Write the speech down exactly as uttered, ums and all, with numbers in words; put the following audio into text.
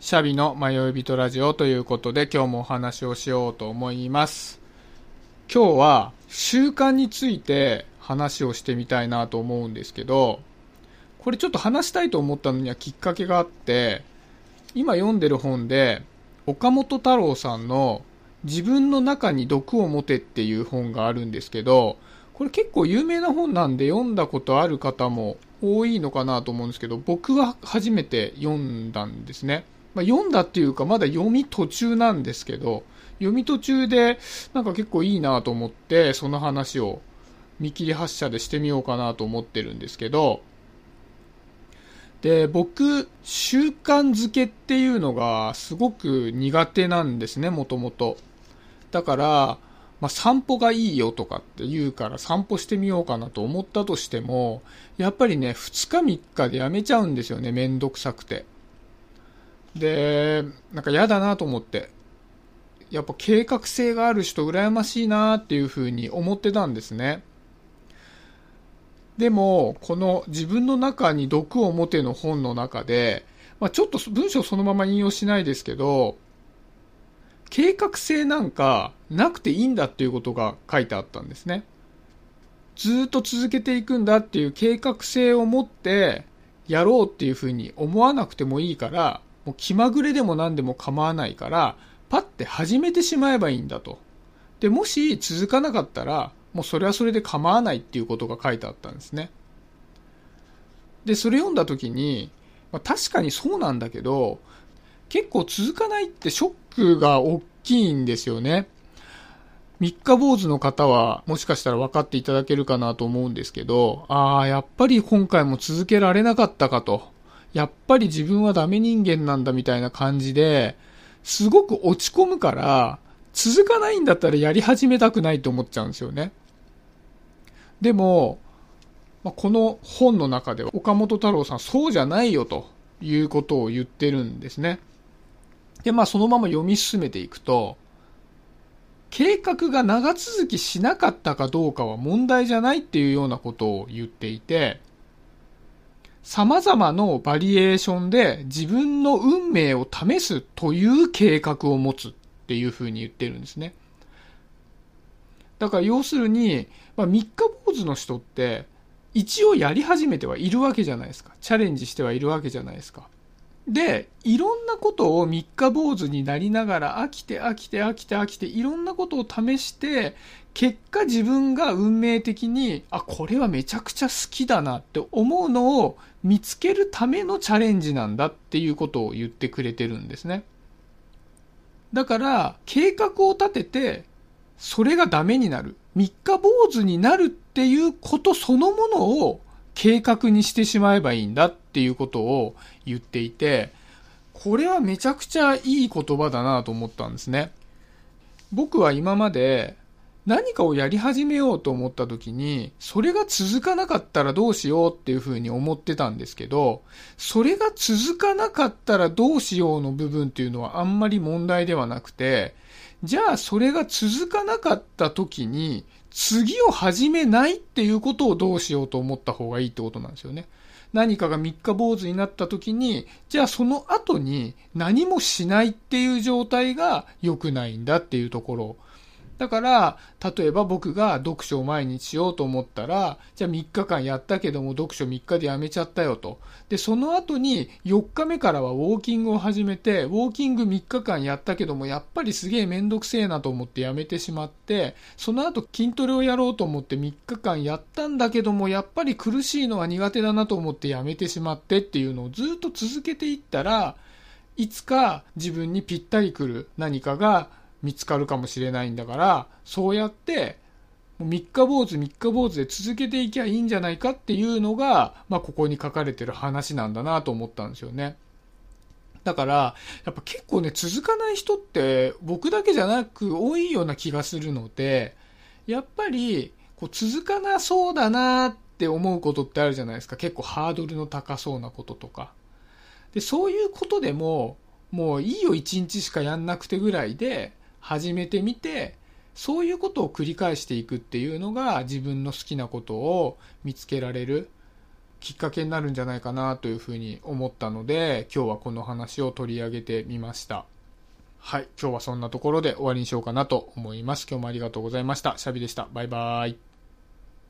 シャビの迷い人ラジオということで今日もお話をしようと思います。今日は習慣について話をしてみたいなと思うんですけど、これちょっと話したいと思ったのにはきっかけがあって、今読んでる本で岡本太郎さんの自分の中に毒を持てっていう本があるんですけど、これ結構有名な本なんで読んだことある方も多いのかなと思うんですけど、僕は初めて読んだんですね。まあ、読んだっていうかまだ読み途中なんですけど、読み途中でなんか結構いいなと思ってその話を見切り発車でしてみようかなと思ってるんですけど、で僕習慣づけっていうのがすごく苦手なんですね、もともと。だから、まあ、散歩がいいよとかって言うから散歩してみようかなと思ったとしても、やっぱりねふつかみっかでやめちゃうんですよね、めんどくさくて。でなんか嫌だなと思って、やっぱ計画性がある人羨ましいなっていうふうに思ってたんですね。でもこの自分の中に毒を持ての本の中で、まあ、ちょっと文章そのまま引用しないですけど、計画性なんかなくていいんだっていうことが書いてあったんですね。ずっと続けていくんだっていう計画性を持ってやろうっていうふうに思わなくてもいいから、もう気まぐれでも何でも構わないからパッて始めてしまえばいいんだと。でもし続かなかったらもうそれはそれで構わないっていうことが書いてあったんですね。でそれ読んだ時に、まあ、確かにそうなんだけど、結構続かないってショックが大きいんですよね。三日坊主の方はもしかしたら分かっていただけるかなと思うんですけど、ああやっぱり今回も続けられなかったかと、やっぱり自分はダメ人間なんだみたいな感じですごく落ち込むから、続かないんだったらやり始めたくないと思っちゃうんですよね。でもこの本の中では岡本太郎さんそうじゃないよということを言ってるんですね。でまあそのまま読み進めていくと、計画が長続きしなかったかどうかは問題じゃないっていうようなことを言っていて、様々なバリエーションで自分の運命を試すという計画を持つっていうふうに言ってるんですね。だから要するに、まあ、三日坊主の人って一応やり始めてはいるわけじゃないですか。チャレンジしてはいるわけじゃないですか。でいろんなことを三日坊主になりながら飽きて飽きて飽きて飽きていろんなことを試して、結果自分が運命的にあこれはめちゃくちゃ好きだなって思うのを見つけるためのチャレンジなんだっていうことを言ってくれてるんですね。だから計画を立ててそれがダメになる、三日坊主になるっていうことそのものを計画にしてしまえばいいんだっていうことを言っていて、これはめちゃくちゃいい言葉だなと思ったんですね。僕は今まで何かをやり始めようと思った時にそれが続かなかったらどうしようっていうふうに思ってたんですけど、それが続かなかったらどうしようの部分っていうのはあんまり問題ではなくて、じゃあそれが続かなかった時に次を始めないっていうことをどうしようと思った方がいいってことなんですよね。何かが三日坊主になった時に、じゃあその後に何もしないっていう状態が良くないんだっていうところ。だから例えば僕が読書を毎日しようと思ったら、じゃあみっかかんやったけども読書みっかでやめちゃったよと。でその後によっかめからはウォーキングを始めて、ウォーキングみっかかんやったけどもやっぱりすげえめんどくせえなと思ってやめてしまって、その後筋トレをやろうと思ってみっかかんやったんだけどもやっぱり苦しいのは苦手だなと思ってやめてしまってっていうのをずっと続けていったら、いつか自分にぴったりくる何かが見つかるかもしれないんだから、そうやって三日坊主三日坊主で続けていきゃいいんじゃないかっていうのが、まあ、ここに書かれてる話なんだなと思ったんですよね。だからやっぱ結構ね続かない人って僕だけじゃなく多いような気がするので、やっぱりこう続かなそうだなって思うことってあるじゃないですか。結構ハードルの高そうなこととかで、そういうことでももういいよ一日しかやんなくてぐらいで始めてみて、そういうことを繰り返していくっていうのが自分の好きなことを見つけられるきっかけになるんじゃないかなというふうに思ったので、今日はこの話を取り上げてみました。はい、今日はそんなところで終わりにしようかなと思います。今日もありがとうございました。シャビでした。バイバイ。